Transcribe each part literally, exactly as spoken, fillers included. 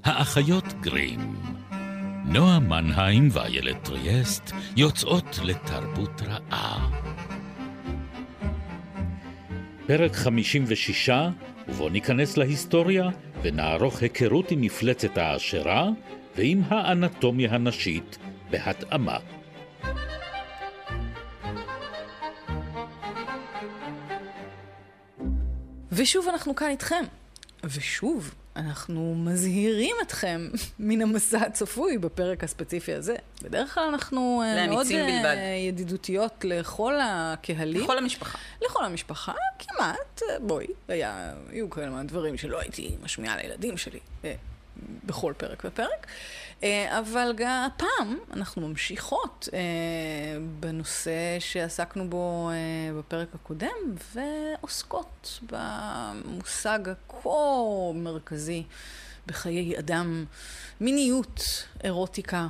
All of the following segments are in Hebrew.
האחיות גרים. נועה מנהיים ואיילת טריאסט יוצאות לתרבות רעה. פרק חמישים ושש, ובו ניכנס להיסטוריה ונערוך היכרות עם מפלצת העשרה ועם האנטומיה הנשית בהתאמה. ושוב אנחנו כאן איתכם, ושוב אנחנו מזהירים אתכם מן המסע הצפוי בפרק הספציפי הזה. בדרך כלל אנחנו מאוד בלבד. ידידותיות לכל הקהלים. לכל המשפחה. לכל המשפחה, כמעט. בואי, היה, היו כאלה מהדברים שלא הייתי משמיעה לילדים שלי בכל פרק ופרק. אבל גם הפעם אנחנו ממשיכות בנושא שעסקנו בו בפרק הקודם, ועוסקות במושג הכה מרכזי בחיי אדם, מיניות, אירוטיקה,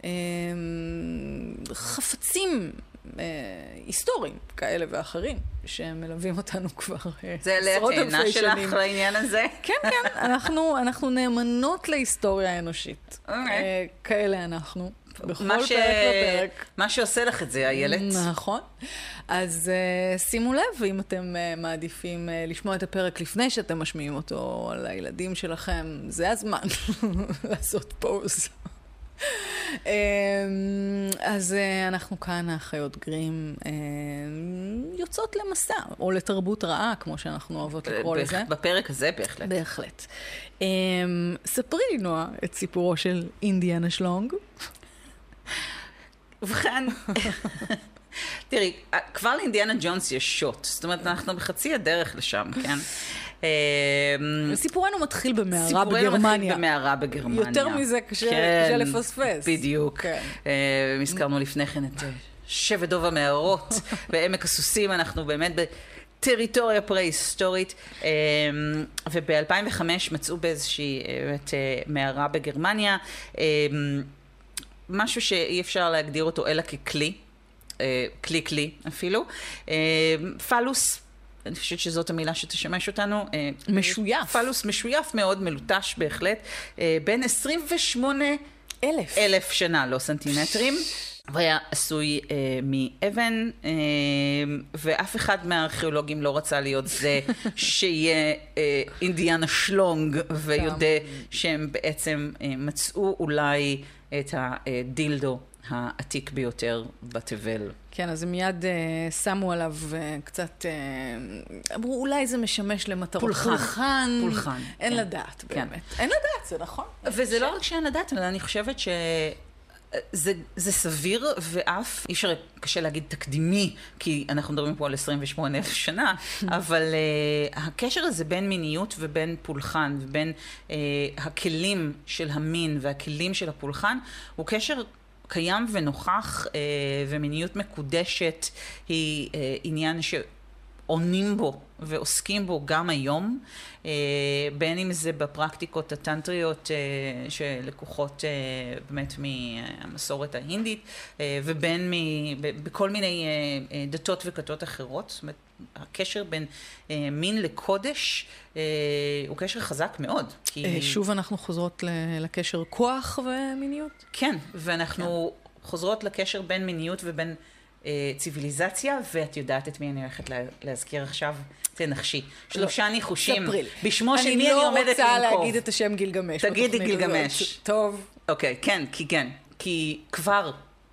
חפצים היסטוריים כאלה ואחרים שמלווים אותנו כבר עשרות אלפי שנים. זה לעתינה שלך לעניין הזה? כן, כן, אנחנו, אנחנו נאמנות להיסטוריה האנושית. Okay. כאלה אנחנו, בכל ש... פרק ופרק. מה שעושה לך את זה, איילת. נכון. אז uh, שימו לב, אם אתם uh, מעדיפים uh, לשמוע את הפרק לפני שאתם משמיעים אותו לילדים שלכם, זה הזמן לעשות פוז. אז אנחנו כאן, האחיות גרים, יוצאות למסע, או לתרבות רעה, כמו שאנחנו אוהבות לקרוא לזה. בפרק הזה בהחלט. בהחלט. ספרי לי, נועה, את סיפורו של אינדיאנה שלונג. ובכן, תראי, כבר לאינדיאנה ג'ונס יש שוט, זאת אומרת, אנחנו בחצי הדרך לשם, כן? סיפורנו מתחיל במערה בגרמניה. סיפורנו מתחיל במערה בגרמניה. יותר מזה קשה לפספס. בדיוק. הזכרנו לפני כן את שבט דוב המערות, בעמק הסוסים, אנחנו באמת בטריטוריה פרה-היסטורית, וב-אלפיים וחמש מצאו באיזושהי מערה בגרמניה, משהו שאי אפשר להגדיר אותו אלא ככלי, כלי כלי אפילו, פלוס, אני חושבת שזאת המילה שתשמש אותנו. משויף. פלוס משויף מאוד, מלוטש בהחלט, בין עשרים ושמונה אלף. אלף שנה, לא סנטימטרים. והיה עשוי אה, מאבן, אה, ואף אחד מהארכיאולוגים לא רצה להיות זה שיהיה אה, אינדיאנה שלונג, ויודע שהם בעצם אה, מצאו אולי את הדילדו העתיק ביותר בתבל. כן, אז הם מיד uh, שמו עליו uh, קצת, uh, אמרו, אולי זה משמש למטרות. פולחן. פולחן. פולחן. אין כן. לדעת, באמת. כן. אין לדעת, זה נכון. וזה לא רק שאין לדעת, אלא אני חושבת ש... זה, זה סביר ואף, אי אפשר, קשה להגיד תקדימי, כי אנחנו מדברים פה על עשרים ושמונה אלף שנה, אבל uh, הקשר הזה בין מיניות ובין פולחן, ובין uh, הכלים של המין והכלים של הפולחן, הוא קשר קיים ונוכח, uh, ומיניות מקודשת היא uh, עניין שעונים בו ועוסקים בו גם היום, בין אם זה בפרקטיקות הטנטריות שלקוחות באמת מהמסורת ההינדית, ובין בכל מיני דתות וכתות אחרות. זאת אומרת, הקשר בין מין לקודש הוא קשר חזק מאוד. כי... שוב אנחנו חוזרות לקשר כוח ומיניות? כן, ואנחנו כן. חוזרות לקשר בין מיניות ובין ציוויליזציה, ואת יודעת את מי אני הולכת להזכיר עכשיו? תנחשי. שלושה ניחושים. ספרי לי. בשמו של מי אני עומדת לנקוב. אני לא רוצה להגיד את השם גילגמש. תגידי גילגמש. טוב. אוקיי, כן, כי כן. כי כבר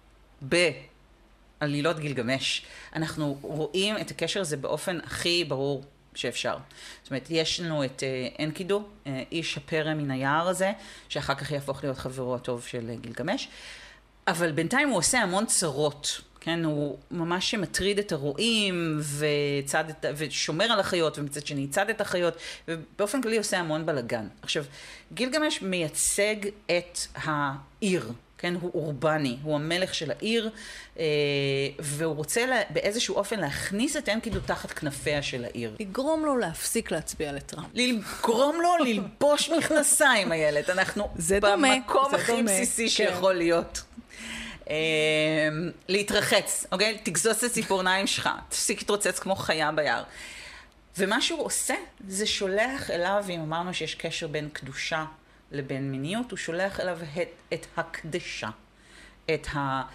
בעלילות גילגמש, אנחנו רואים את הקשר הזה באופן הכי ברור שאפשר. זאת אומרת, יש לנו את אנקידו, איש הפרא מן היער הזה, שאחר כך יהפוך להיות חברו הטוב של גילגמש. אבל בינתיים הוא עושה המון צרות. כן, הוא ממש מטריד את הרועים וצד את, ושומר על החיות, ומצד שני צד את החיות, ובאופן כללי עושה המון בלגן. עכשיו, גילגמש מייצג את העיר, כן, הוא אורבני, הוא המלך של העיר, והוא רוצה לה, באיזשהו אופן להכניס את אנקידו תחת כנפיה של העיר. לגרום לו להפסיק להצביע לטראמפ. לגרום לו ללבוש מכנסיים, איילת. אנחנו במקום הכי בסיסי שיכול להיות. להתרחץ, אוקיי? תגזוס את ציפורניים שלך, תפסיק להתרוצץ כמו חיה ביער. ומה שהוא עושה, זה שולח אליו, אם אמרנו שיש קשר בין קדושה לבין מיניות, הוא שולח אליו את, את הקדשה, את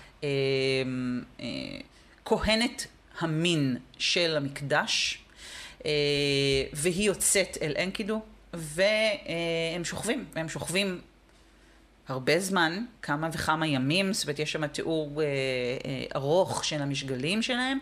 הכהנת המין של המקדש, והיא יוצאת אל אנקידו, והם שוכבים, והם שוכבים הרבה זמן, כמה וכמה ימים, זאת אומרת, יש שם תיאור ארוך של המשגלים שלהם,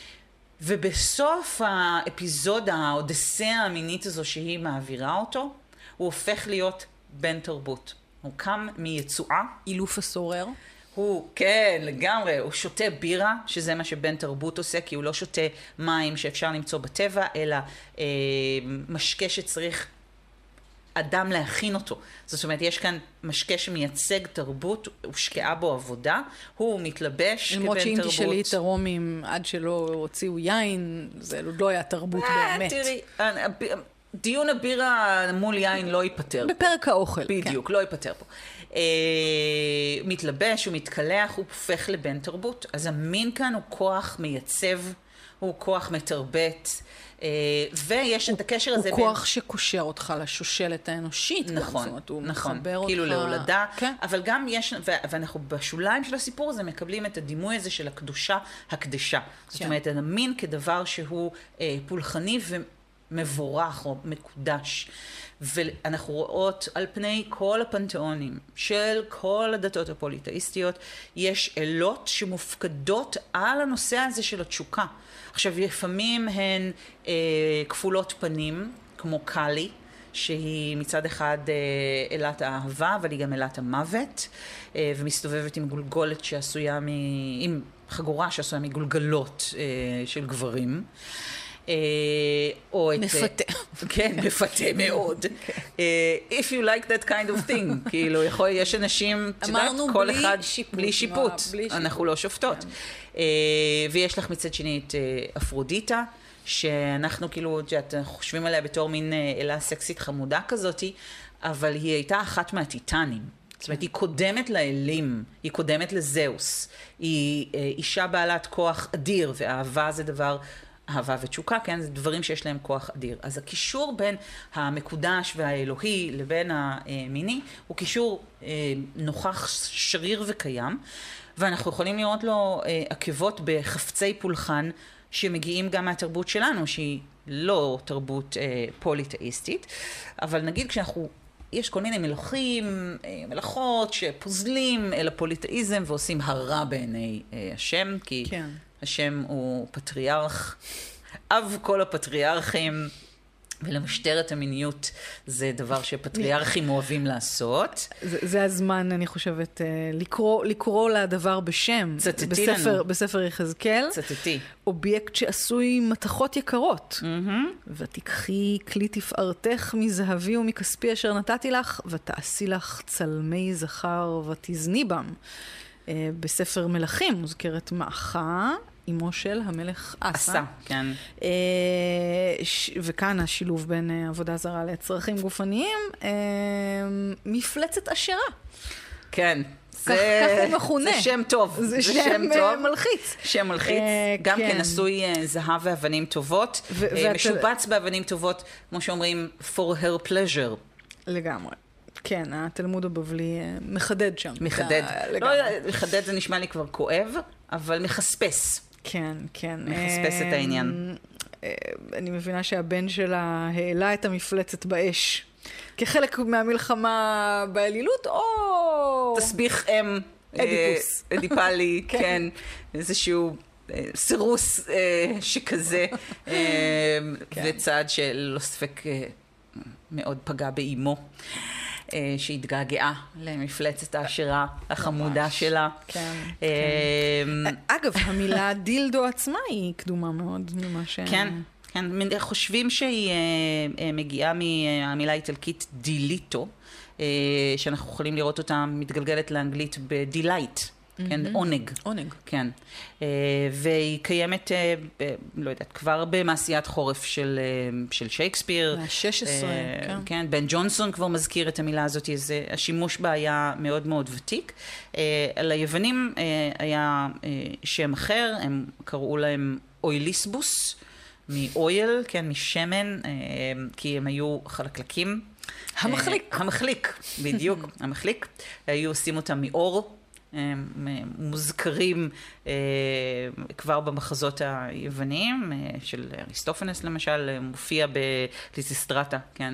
ובסוף האפיזודה, האודסאה המינית הזו שהיא מעבירה אותו, הוא הופך להיות בן תרבות. הוא קם מיצועה. אילוף הסורר. הוא, כן, לגמרי, הוא שותה בירה, שזה מה שבן תרבות עושה, כי הוא לא שותה מים שאפשר למצוא בטבע, אלא אה, משקה שצריך אדם להכין אותו. זאת אומרת, יש כאן משקה שמייצג תרבות, הושקעה בו עבודה, הוא מתלבש כבן תרבות. למרות שאם תשאלי את הרומים עד שלא הוציאו יין, זה לא היה תרבות באמת. תראי, דיון הבירה מול יין לא ייפטר. בפרק האוכל. בדיוק, לא ייפטר פה. מתלבש, הוא מתקלח, הוא הופך לבן תרבות. אז המין כאן הוא כוח מייצב, הוא כוח מתרבט, ויש את הקשר הזה הוא כוח שקושר אותך לשושלת האנושית. נכון, נכון, כאילו להולדה, אבל גם יש, ואנחנו בשוליים של הסיפור הזה מקבלים את הדימוי הזה של הקדושה, הקדשה. זאת אומרת, המין כדבר שהוא פולחני ומבורך או מקודש. ואנחנו רואות על פני כל הפנתיאונים של כל הדתות הפוליטאיסטיות, יש אלות שמופקדות על הנושא הזה של התשוקה. עכשיו, לפעמים הן אה, כפולות פנים, כמו קאלי, שהיא מצד אחד אה, אלת האהבה, אבל היא גם אלת המוות, אה, ומסתובבת עם גולגולת שעשויה מ... עם חגורה שעשויה מגולגלות אה, של גברים. או את... מפתה. כן, מפתה מאוד. If you like that kind of thing, כאילו, יכול, יש אנשים, אמרנו כל אחד בלי שיפוט. אנחנו לא שופטות. ויש לך מצד שני את אפרודיטה, שאנחנו כאילו, אנחנו חושבים עליה בתור מין אלה סקסית חמודה כזאת, אבל היא הייתה אחת מהטיטנים. זאת אומרת, היא קודמת לאלים, היא קודמת לזהוס. היא אישה בעלת כוח אדיר, ואהבה זה דבר... אהבה ותשוקה, כן, זה דברים שיש להם כוח אדיר. אז הקישור בין המקודש והאלוהי לבין המיני הוא קישור נוכח שריר וקיים, ואנחנו יכולים לראות לו עקבות בחפצי פולחן שמגיעים גם מהתרבות שלנו, שהיא לא תרבות פוליטאיסטית, אבל נגיד כשאנחנו, יש כל מיני מלכים, מלכות שפוזלים אל הפוליטאיזם ועושים הרע בעיני השם, כי... כן. השם הוא פטריארך, אב כל הפטריארכים, ולמשטרת המיניות זה דבר שפטריארכים אוהבים לעשות. זה, זה הזמן, אני חושבת, לקרוא, לקרוא לדבר בשם. צטטי בספר, לנו. בספר יחזקאל. צטטי. אובייקט שעשוי מתכות יקרות. Mm-hmm. ותיקחי כלי תפארתך מזהבי ומכספי אשר נתתי לך, ותעשי לך צלמי זכר ותזני בם. בספר מלכים מוזכרת מאחה, אמו של המלך אסה. אסה, כן. וכאן השילוב בין עבודה זרה לצרכים גופניים, מפלצת עשרה. כן. כך הוא מכונה. זה שם טוב. זה שם מלחיץ. שם מלחיץ. גם כן עשוי זהב ואבנים טובות. משובץ באבנים טובות, כמו שאומרים, for her pleasure. לגמרי. כן, התלמוד הבבלי מחדד שם. מחדד. לא, מחדד זה נשמע לי כבר כואב, אבל מחספס. כן, כן. מחספס את העניין. אני מבינה שהבן שלה העלה את המפלצת באש. כחלק מהמלחמה באלילות, או... תסביך אם... אדיפוס. אדיפלי, כן. איזשהו סירוס שכזה. וצעד שלא ספק מאוד פגע באימו. שהתגעגעה למפלצת העשירה החמודה שלה. כן. אגב, המילה דילדו עצמה היא קדומה מאוד ממה ש... כן, כן. חושבים שהיא מגיעה מהמילה האיטלקית דיליטו, שאנחנו יכולים לראות אותה מתגלגלת לאנגלית בדילייט. כן, עונג. עונג. כן. והיא קיימת, לא יודעת, כבר במעשיית חורף של, של שייקספיר. מה-שש עשרה, כן. כן, בן ג'ונסון כבר מזכיר את המילה הזאת, אז השימוש בה היה מאוד מאוד ותיק. ליוונים היה שם אחר, הם קראו להם אויליסבוס, מאויל, כן, משמן, כי הם היו חלקלקים. המחליק. המחליק, בדיוק, המחליק. היו עושים אותם מאור, מוזכרים כבר במחזות היווניים, של אריסטופנס למשל, מופיע בליזיסטרטה, כן,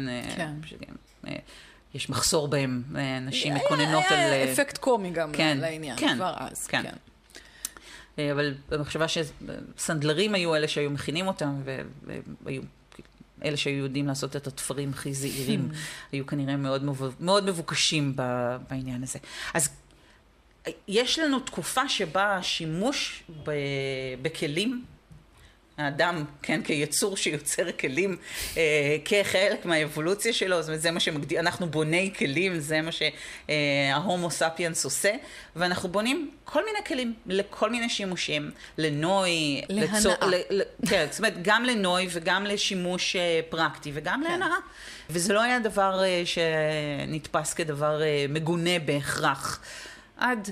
יש מחסור בהם, נשים מקוננות על... היה אפקט קומי גם לעניין, כבר אז, כן. אבל במחשבה שסנדלרים היו אלה שהיו מכינים אותם, והיו אלה שהיו יודעים לעשות את התפרים הכי זעירים, היו כנראה מאוד, מאוד מבוקשים בעניין הזה. אז יש לנו תקופה שבה השימוש בכלים, האדם, כן, כיצור שיוצר כלים, אה, כחלק מהאבולוציה שלו, זאת אומרת, זה מה שמגדיר, אנחנו בוני כלים, זה מה שההומו ספיאנס עושה, ואנחנו בונים כל מיני כלים, לכל מיני שימושים, לנוי, להנאה. לצור, ל, כן, זאת אומרת, גם לנוי וגם לשימוש אה, פרקטי, וגם כן. להנאה. וזה לא היה דבר אה, שנתפס כדבר אה, מגונה בהכרח. עד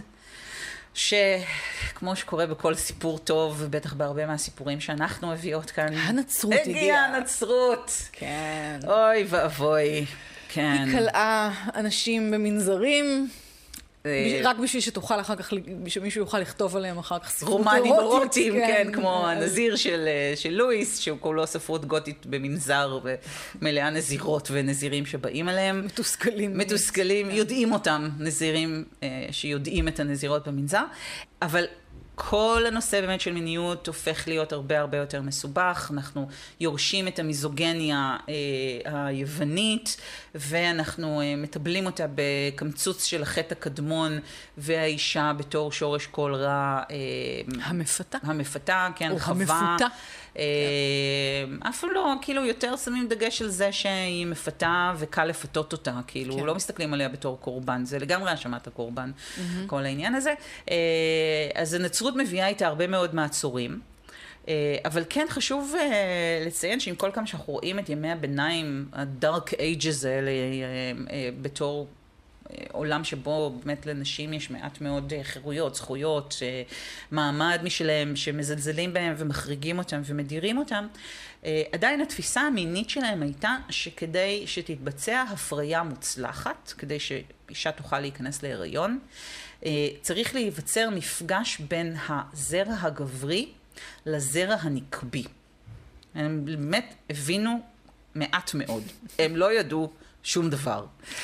שכמו שקורה בכל סיפור טוב, ובטח בהרבה מהסיפורים שאנחנו מביאות כאן, הנצרות הגיעה. הגיעה הנצרות. כן. אוי ואבוי. כן. היא קלעה אנשים במנזרים, רק בשביל שתוכל אחר כך, שמישהו יוכל לכתוב עליהם אחר כך ספרות רומנים אירוטיים, כן, כמו הנזיר של לואיס, שהוא כולו ספרות גותית במנזר, ומלאה נזירות ונזירים שבאים עליהם. מתוסכלים. מתוסכלים, יודעים אותם, נזירים שיודעים את הנזירות במנזר, אבל כל הנושא באמת של מיניות הופך להיות הרבה הרבה יותר מסובך. אנחנו יורשים את המיזוגניה אה, היוונית, ואנחנו אה, מטבלים אותה בקמצוץ של החטא הקדמון, והאישה בתור שורש כל רע. אה, המפתה. המפתה, כן, או חווה. המפותה. אה, אף לא, כאילו יותר שמים דגש על זה שהיא מפתה וקל לפתות אותה, כאילו כן. לא מסתכלים עליה בתור קורבן, זה לגמרי האשמת הקורבן, mm-hmm. כל העניין הזה. אה, אז הנצרות מביאה איתה הרבה מאוד מעצורים, אבל כן חשוב לציין שעם כל כמה שאנחנו רואים את ימי הביניים, ה-dark ages האלה, בתור עולם שבו באמת לנשים יש מעט מאוד חירויות, זכויות, מעמד משלהם שמזלזלים בהם ומחריגים אותם ומדירים אותם, עדיין התפיסה המינית שלהם הייתה שכדי שתתבצע הפריה מוצלחת, כדי שאישה תוכל להיכנס להיריון, צריך להיווצר מפגש בין הזרע הגברי לזרע הנקבי. הם באמת הבינו מעט מאוד. הם לא ידעו שום דבר.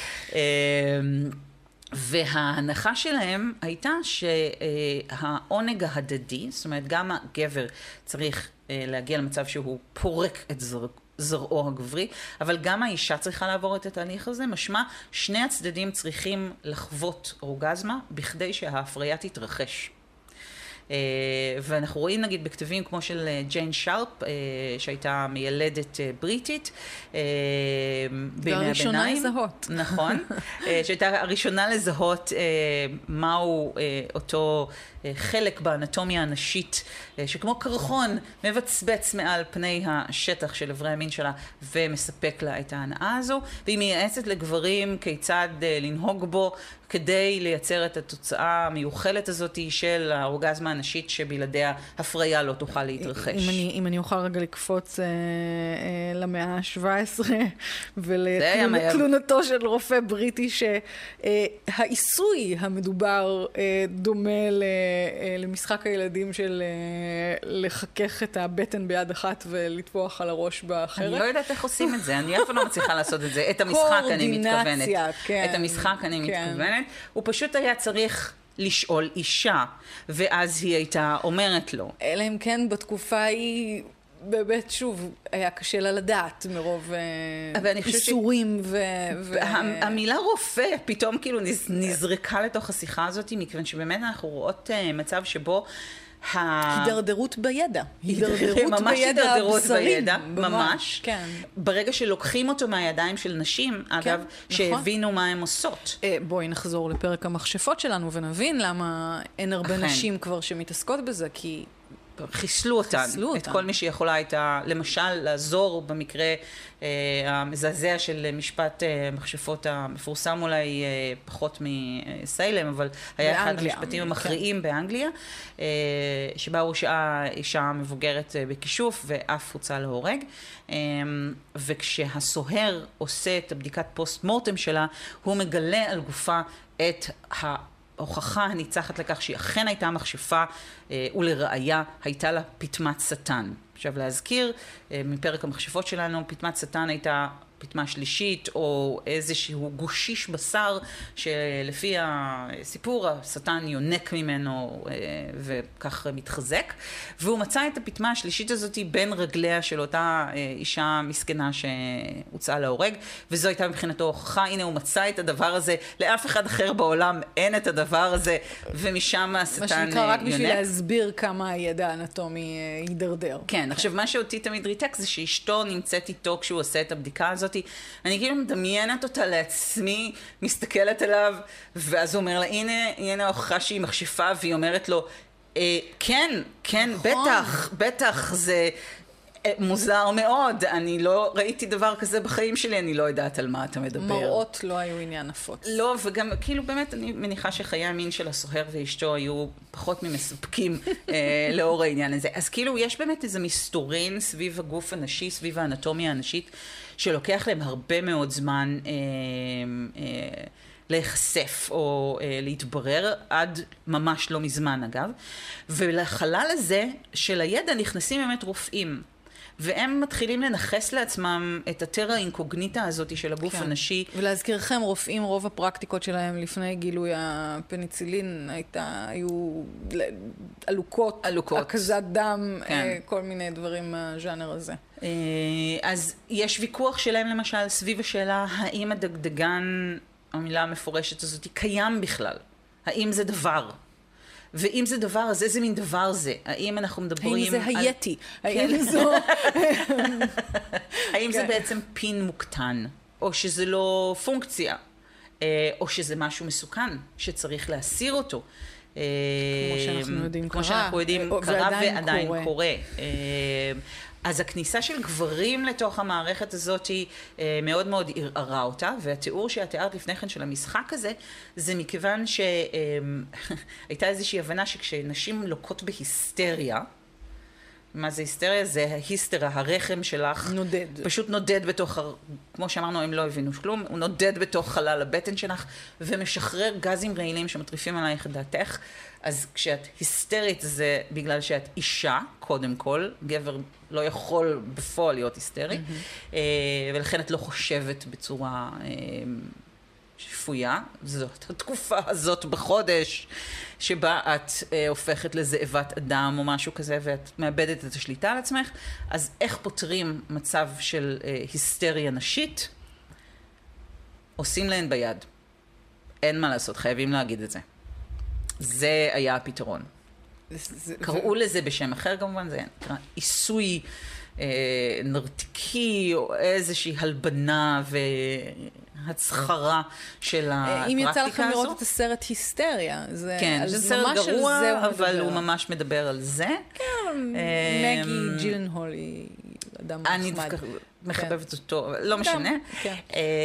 וההנחה שלהם הייתה שהעונג ההדדי, זאת אומרת גם הגבר צריך להגיע למצב שהוא פורק את זרעו, זרעו הגברי, אבל גם האישה צריכה לעבור את התהליך הזה, משמע שני הצדדים צריכים לחוות אורגזמה בכדי שההפריה תתרחש. ואנחנו רואים נגיד בכתבים כמו של ג'יין שרפ, שהייתה מיילדת בריטית בימי הביניים. והראשונה לזהות. נכון, שהייתה הראשונה לזהות מהו אותו חלק באנטומיה הנשית, שכמו קרחון מבצבץ מעל פני השטח של אברי המין שלה ומספק לה את ההנאה הזו, והיא מייעצת לגברים כיצד לנהוג בו כדי לייצר את התוצאה המיוחלת הזאת של האורגזמה הנשית שבלעדיה הפריה לא תוכל להתרחש. אם אני, אם אני אוכל רגע לקפוץ אה, אה, למאה ה-שבע עשרה ולתלונתו של רופא בריטי שהעיסוי המדובר אה, דומה ל, אה, למשחק הילדים של אה, לחכך את הבטן ביד אחת ולטפוח על הראש באחרת. אני לא יודעת איך עושים את זה, אני אף לא מצליחה לעשות את זה. את המשחק אני מתכוונת. כן, את המשחק אני כן. מתכוונת. הוא פשוט היה צריך לשאול אישה, ואז היא הייתה אומרת לו. אלא אם כן בתקופה היא באמת שוב היה קשה לה לדעת מרוב איסורים ש... ו... ו... המילה רופא פתאום כאילו נזרקה לתוך השיחה הזאת, מכיוון שבאמת אנחנו רואות מצב שבו הידרדרות בידע. הידרדרות בידע הבשרים. ממש. כן. ברגע שלוקחים אותו מהידיים של נשים, אגב, שהבינו מה הן עושות. בואי נחזור לפרק המכשפות שלנו ונבין למה אין הרבה נשים כבר שמתעסקות בזה, כי חיסלו אותן, חיסלו את אותן. כל מי שיכולה הייתה, למשל, לעזור במקרה אה, המזעזע של משפט אה, מכשפות המפורסם אולי אה, פחות מסיילם, אבל היה אחד באנגליה, המשפטים כן. המכריעים באנגליה, אה, שבה הורשעה אישה מבוגרת אה, בכישוף ואף הוצא להורג. אה, וכשהסוהר עושה את הבדיקת פוסט מורטם שלה, הוא מגלה על גופה את ה... ההוכחה הניצחת לכך שהיא אכן הייתה מכשפה, אה, ולראיה הייתה לה פטמת שטן. עכשיו להזכיר, אה, מפרק המכשפות שלנו, פטמת שטן הייתה פטמה שלישית, או איזשהו גושיש בשר, שלפי הסיפור, השטן יונק ממנו אה, וכך מתחזק. והוא מצא את הפטמה השלישית הזאת בין רגליה של אותה אה, אישה מסכנה שהוצאה להורג, וזו הייתה מבחינתו הוכחה, הנה הוא מצא את הדבר הזה, לאף אחד אחר בעולם אין את הדבר הזה, ומשם השטן יונק. מה שנקרא רק בשביל להסביר כמה הידע האנטומי הידרדר. כן, עכשיו מה שאותי תמיד ריתק זה שאשתו נמצאת איתו כשהוא עושה את הבדיקה הזאת. אני כאילו מדמיינת אותה לעצמי, מסתכלת עליו, ואז הוא אומר לה, הנה, הנה ההוכחה שהיא מכשפה, והיא אומרת לו, אה, כן, כן, נכון. בטח, בטח, זה אה, מוזר מאוד, אני לא ראיתי דבר כזה בחיים שלי, אני לא יודעת על מה אתה מדבר. מראות לא היו עניין נפוץ. לא, וגם כאילו באמת אני מניחה שחיי המין של הסוחר ואשתו היו פחות ממספקים אה, לאור העניין הזה. אז כאילו יש באמת איזה מסתורין סביב הגוף הנשי, סביב האנטומיה הנשית, שלוקח להם הרבה מאוד זמן אה, אה, להיחשף או אה, להתברר, עד ממש לא מזמן אגב. ולחלל הזה של הידע נכנסים באמת רופאים. והם מתחילים לנחס לעצמם את הטרה אינקוגניטה הזאת של הגוף כן. הנשי. ולהזכירכם, רופאים, רוב הפרקטיקות שלהם לפני גילוי הפניצילין הייתה, היו עלוקות, עלוקות. הקזת דם, כן. כל מיני דברים מהז'אנר הזה. אז יש ויכוח שלהם למשל סביב השאלה האם הדגדגן, המילה המפורשת הזאת, קיים בכלל. האם זה דבר? ואם זה דבר, אז איזה מין דבר זה? האם אנחנו מדברים... האם זה על... הייתי? האם זו... האם זה בעצם פין מוקטן? או שזה לא פונקציה? או שזה משהו מסוכן שצריך להסיר אותו? כמו שאנחנו יודעים כמו קרה. שאנחנו יודעים קרה ועדיין קורה. קורה. אז הכניסה של גברים לתוך המערכת הזאת היא מאוד מאוד ערערה אותה, והתיאור שאת תיארת לפני כן של המשחק הזה, זה מכיוון שהייתה איזושהי הבנה שכשנשים לוקות בהיסטריה, מה זה היסטריה? זה ההיסטרה, הרחם שלך. נודד. פשוט נודד בתוך, כמו שאמרנו, הם לא הבינו כלום, הוא נודד בתוך חלל הבטן שלך, ומשחרר גזים רעילים שמטריפים עלייך את דעתך. אז כשאת היסטרית זה בגלל שאת אישה, קודם כל, גבר לא יכול בפועל להיות היסטרי, mm-hmm. ולכן את לא חושבת בצורה שפויה. זאת התקופה הזאת בחודש, שבה את אה, הופכת לזאבת אדם או משהו כזה, ואת מאבדת את השליטה על עצמך. אז איך פותרים מצב של אה, היסטריה נשית? עושים להן ביד. אין מה לעשות, חייבים להגיד את זה. זה היה הפתרון. זה, קראו ו... לזה בשם אחר כמובן, זה נקרא עיסוי אה, נרתיקי, או איזושהי הלבנה והצחרה של הפרקטיקה הזו. אם יצא לכם לראות את הסרט היסטריה, זה, כן, זה סרט גרוע, אבל הוא ממש מדבר על זה. כן, מגי ג'ילנהול היא אדם נחמד. אני מחבבת אותו, לא משנה. כן.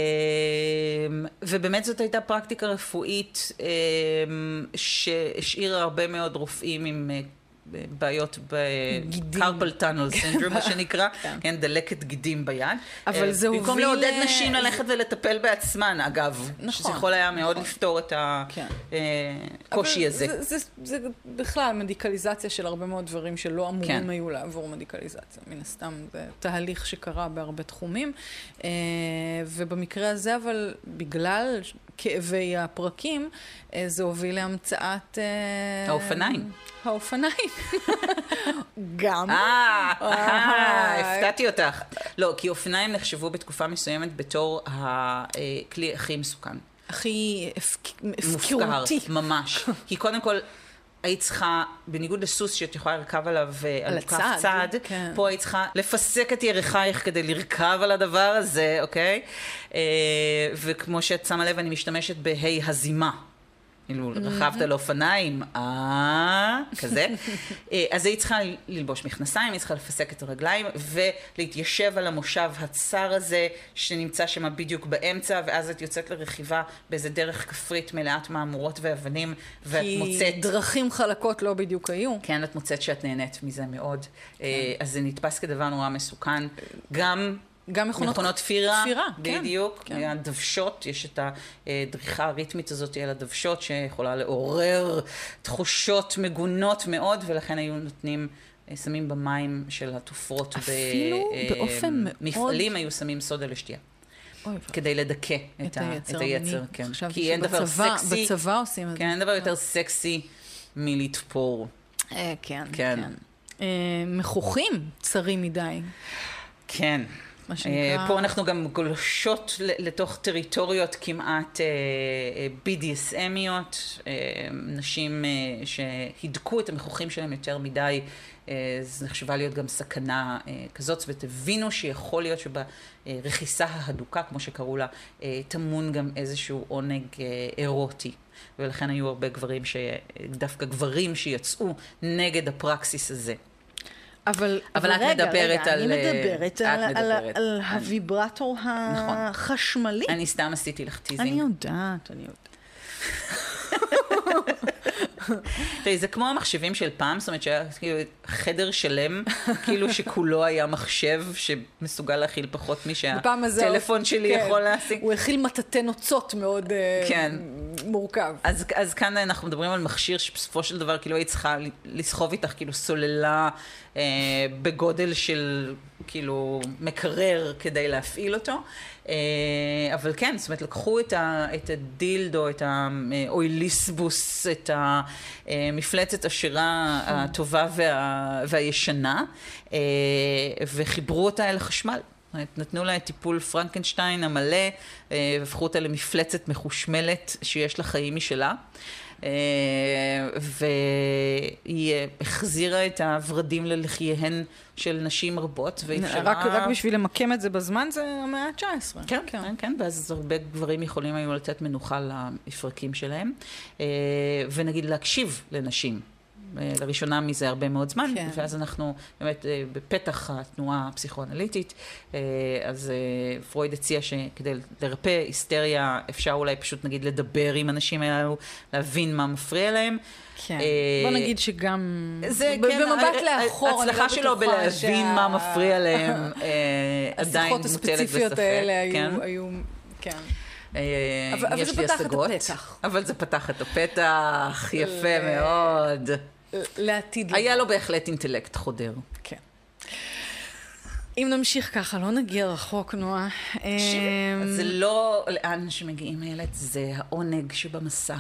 ובאמת זאת הייתה פרקטיקה רפואית שהשאירה הרבה מאוד רופאים עם בעיות בקרפל טאנל סינדרום, מה שנקרא, כן, דלקת גידים ביד. אבל זה הוביל... במקום לעודד נשים ללכת ולטפל בעצמן, אגב. שזה יכול היה מאוד לפתור את הקושי הזה. זה בכלל מדיקליזציה של הרבה מאוד דברים שלא אמורים היו לעבור מדיקליזציה. מן הסתם זה תהליך שקרה בהרבה תחומים. ובמקרה הזה, אבל בגלל כאבי הפרקים, זה הוביל להמצאת... האופניים. האופניים. גם. אה, הפתעתי אותך. לא, כי אופניים נחשבו בתקופה מסוימת בתור הכלי הכי מסוכן. הכי הפקרותי. ממש. כי קודם כל, היית צריכה, בניגוד לסוס שאת יכולה לרכב עליו על כף צד, פה היית צריכה לפסק את ירחייך כדי לרכב על הדבר הזה, אוקיי? וכמו שאת שמה לב, אני משתמשת בהי הזימה. כאילו, רכבת על אופניים, אה, כזה. אז היא צריכה ללבוש מכנסיים, היא צריכה לפסק את הרגליים, ולהתיישב על המושב הצר הזה, שנמצא שם בדיוק באמצע, ואז את יוצאת לרכיבה באיזה דרך כפרית מלאת מהמורות ואבנים, ואת מוצאת... כי דרכים חלקות לא בדיוק היו. כן, את מוצאת שאת נהנית מזה מאוד. אז זה נתפס כדבר נורא מסוכן. גם... גם מכונות, מכונות תפירה, תפירה, בדיוק, כן. הדוושות, יש את הדריכה הריתמית הזאת על הדוושות שיכולה לעורר תחושות מגונות מאוד, ולכן היו נותנים, שמים במים של התופרות, אפילו ב, באופן מאוד... מפעלים היו שמים סודה לשתייה. אוי, כדי לדכא את, את היצר, את היצר, כן. כי אין דבר סקסי, בצבא עושים את זה. כן, אין דבר יותר סקסי מלתפור. אה, כן, כן. כן. אה, מכוחים צרים מדי. כן. שנקרא... פה אנחנו גם גולשות לתוך טריטוריות כמעט בי די אס אמיות, נשים שהדקו את המכוחים שלהם יותר מדי, זה נחשבה להיות גם סכנה כזאת, ותבינו שיכול להיות שברכיסה ההדוקה, כמו שקראו לה, תמון גם איזשהו עונג אירוטי. ולכן היו הרבה גברים, דווקא גברים שיצאו נגד הפרקסיס הזה. אבל, אבל את רגע, מדברת רגע, על... אני מדברת את על, מדברת. על, על הוויברטור נכון. החשמלי. אני סתם עשיתי לך טיזינג. אני יודעת, אני יודעת. תראי, זה כמו המחשבים של פעם, זאת אומרת שהיה כאילו חדר שלם, כאילו שכולו היה מחשב שמסוגל להכיל פחות משהטלפון שלי כן. יכול להשיג. הוא הכיל מטאטא נוצות מאוד כן. uh, מורכב. אז, אז כאן אנחנו מדברים על מכשיר שבסופו של דבר כאילו היית צריכה לסחוב איתך כאילו סוללה אה, בגודל של כאילו מקרר כדי להפעיל אותו. אבל כן, זאת אומרת, לקחו את, ה, את הדילדו, את האויליסבוס, את המפלצת השירה הטובה וה, והישנה, וחיברו אותה אל החשמל. נתנו לה את טיפול פרנקנשטיין המלא, והפכו אותה למפלצת מחושמלת שיש לה חיים משלה. והיא החזירה את הוורדים ללחייהן של נשים רבות, ואפשרה... רק, רק בשביל למקם את זה בזמן, זה המאה ה-תשע עשרה. כן, כן, כן, ואז הרבה גברים יכולים היו לתת מנוחה למפרקים שלהם, ונגיד להקשיב לנשים. לראשונה מזה הרבה מאוד זמן, כן. ואז אנחנו באמת בפתח התנועה הפסיכואנליטית, אז פרויד הציע שכדי לרפא היסטריה אפשר אולי פשוט נגיד לדבר עם אנשים האלו, להבין מה מפריע להם. כן, בוא נגיד שגם זה, ב- כן, במבט לאחור, ההצלחה שלו בלהבין שה... מה מפריע להם עדיין מוטלת בספק. השיחות הספציפיות האלה היו, כן? היו, כן. אבל, אבל זה פתח את הפתח. אבל זה פתח את הפתח, יפה מאוד. לעתיד. היה לו בהחלט אינטלקט חודר. כן. אם נמשיך ככה, לא נגיע רחוק, נועה. זה לא לאן שמגיעים הילד, זה העונג שבמסע.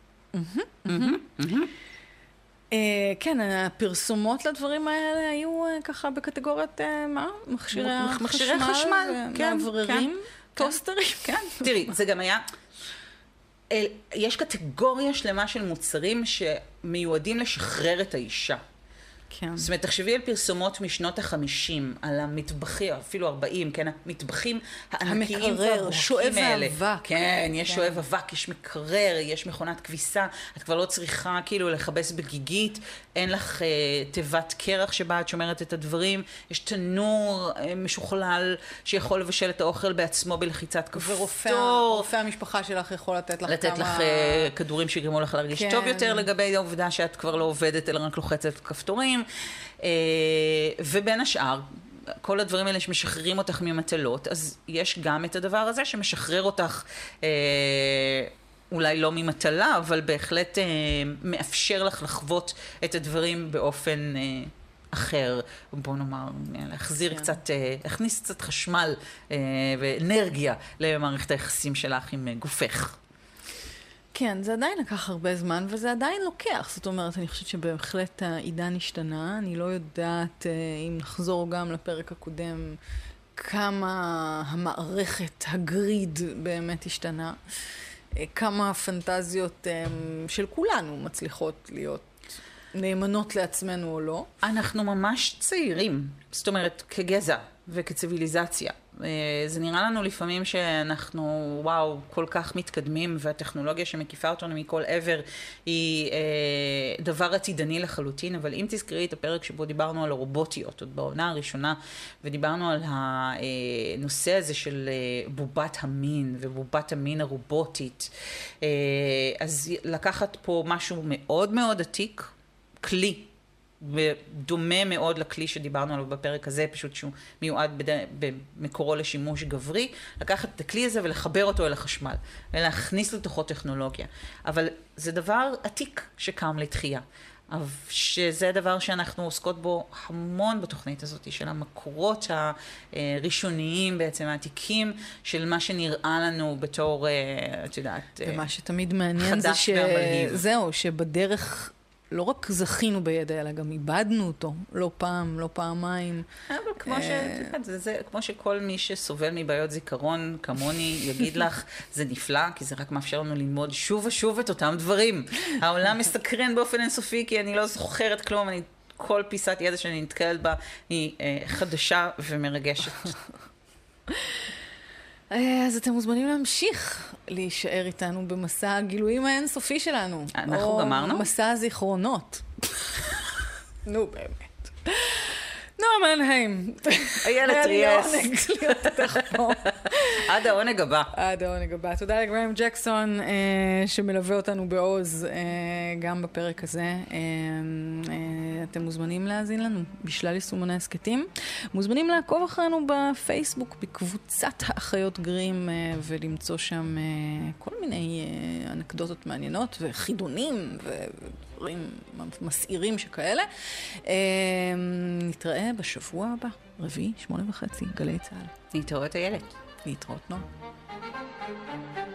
כן, הפרסומות לדברים האלה היו ככה בקטגוריית, מה? מכשירי חשמל, מאווררים, טוסטרים. כן, תראי, זה גם היה... יש קטגוריה שלמה של מוצרים שמיועדים לשחרר את האישה. כן. זאת אומרת, תחשבי על פרסומות משנות החמישים, על המטבחים, אפילו ארבעים, כן, המטבחים הענקיים המקרר, שואב האבק. כן, יש כן. שואב אבק, יש מקרר, יש מכונת כביסה, את כבר לא צריכה כאילו לחבס בגיגית, אין לך uh, תיבת קרח שבה את שומרת את הדברים, יש תנור uh, משוכלל שיכול לבשל את האוכל בעצמו בלחיצת כפתור. ורופא המשפחה שלך יכול לתת לך לתת כמה... לך uh, כדורים שיגרמו לך להרגיש כן. טוב יותר לגבי העובדה שאת כבר לא עובדת אלא רק לוחצת כפתורים. ובין השאר, כל הדברים האלה שמשחררים אותך ממטלות, אז יש גם את הדבר הזה שמשחרר אותך אולי לא ממטלה, אבל בהחלט מאפשר לך לחוות את הדברים באופן אחר. בוא נאמר, להחזיר כן. קצת, להכניס קצת חשמל ואנרגיה למערכת היחסים שלך עם גופך. כן, זה עדיין לקח הרבה זמן, וזה עדיין לוקח. זאת אומרת, אני חושבת שבהחלט העידן השתנה. אני לא יודעת אם נחזור גם לפרק הקודם, כמה המערכת, הגריד באמת השתנה. כמה הפנטזיות של כולנו מצליחות להיות נאמנות לעצמנו או לא. אנחנו ממש צעירים. זאת אומרת, כגזע וכציביליזציה. זה נראה לנו לפעמים שאנחנו, וואו, כל כך מתקדמים, והטכנולוגיה שמקיפה אותנו מכל עבר היא דבר עתידני לחלוטין, אבל אם תזכרי את הפרק שבו דיברנו על הרובוטיות, עוד בעונה הראשונה, ודיברנו על הנושא הזה של בובת המין, ובובת המין הרובוטית, אז לקחת פה משהו מאוד מאוד עתיק, כלי, ודומה מאוד לכלי שדיברנו עליו בפרק הזה, פשוט שהוא מיועד בד... במקורו לשימוש גברי, לקחת את הכלי הזה ולחבר אותו אל החשמל, ולהכניס לתוכו טכנולוגיה. אבל זה דבר עתיק שקם לתחייה, שזה הדבר שאנחנו עוסקות בו המון בתוכנית הזאת, של המקורות הראשוניים בעצם, העתיקים, של מה שנראה לנו בתור, את יודעת, ומה שתמיד מעניין זה שזהו, שבדרך לא רק זכינו בידע, אלא גם איבדנו אותו, לא פעם, לא פעמיים. אבל כמו ש... זה, זה, כמו שכל מי שסובל מבעיות זיכרון, כמוני, יגיד לך, זה נפלא, כי זה רק מאפשר לנו ללמוד שוב ושוב את אותם דברים. העולם מסקרן באופן אינסופי, כי אני לא זוכרת כלום, אני, כל פיסת ידע שאני נתקלת בה, היא אה, חדשה ומרגשת. אז אתם מוזמנים להמשיך להישאר איתנו במסע הגילויים האינסופי שלנו. אנחנו גמרנו? או מסע הזיכרונות. נו, באמת. נועה מנהיים. איילת ריאס. היה לי עונג להיות איתך פה. עד העונג הבא. עד העונג הבא. תודה לגרהם ג'קסון, שמלווה אותנו בעוז, גם בפרק הזה. אתם מוזמנים להאזין לנו בשלל יישומוני הסקטים. מוזמנים לעקוב אחרינו בפייסבוק, בקבוצת האחיות גרים, ולמצוא שם כל מיני אנקדוטות מעניינות, וחידונים, ודברים מסעירים שכאלה. נתראה בשבוע הבא, רביעי, שמונה וחצי, גלי צהל. להתראות איילת. להתראות נועה.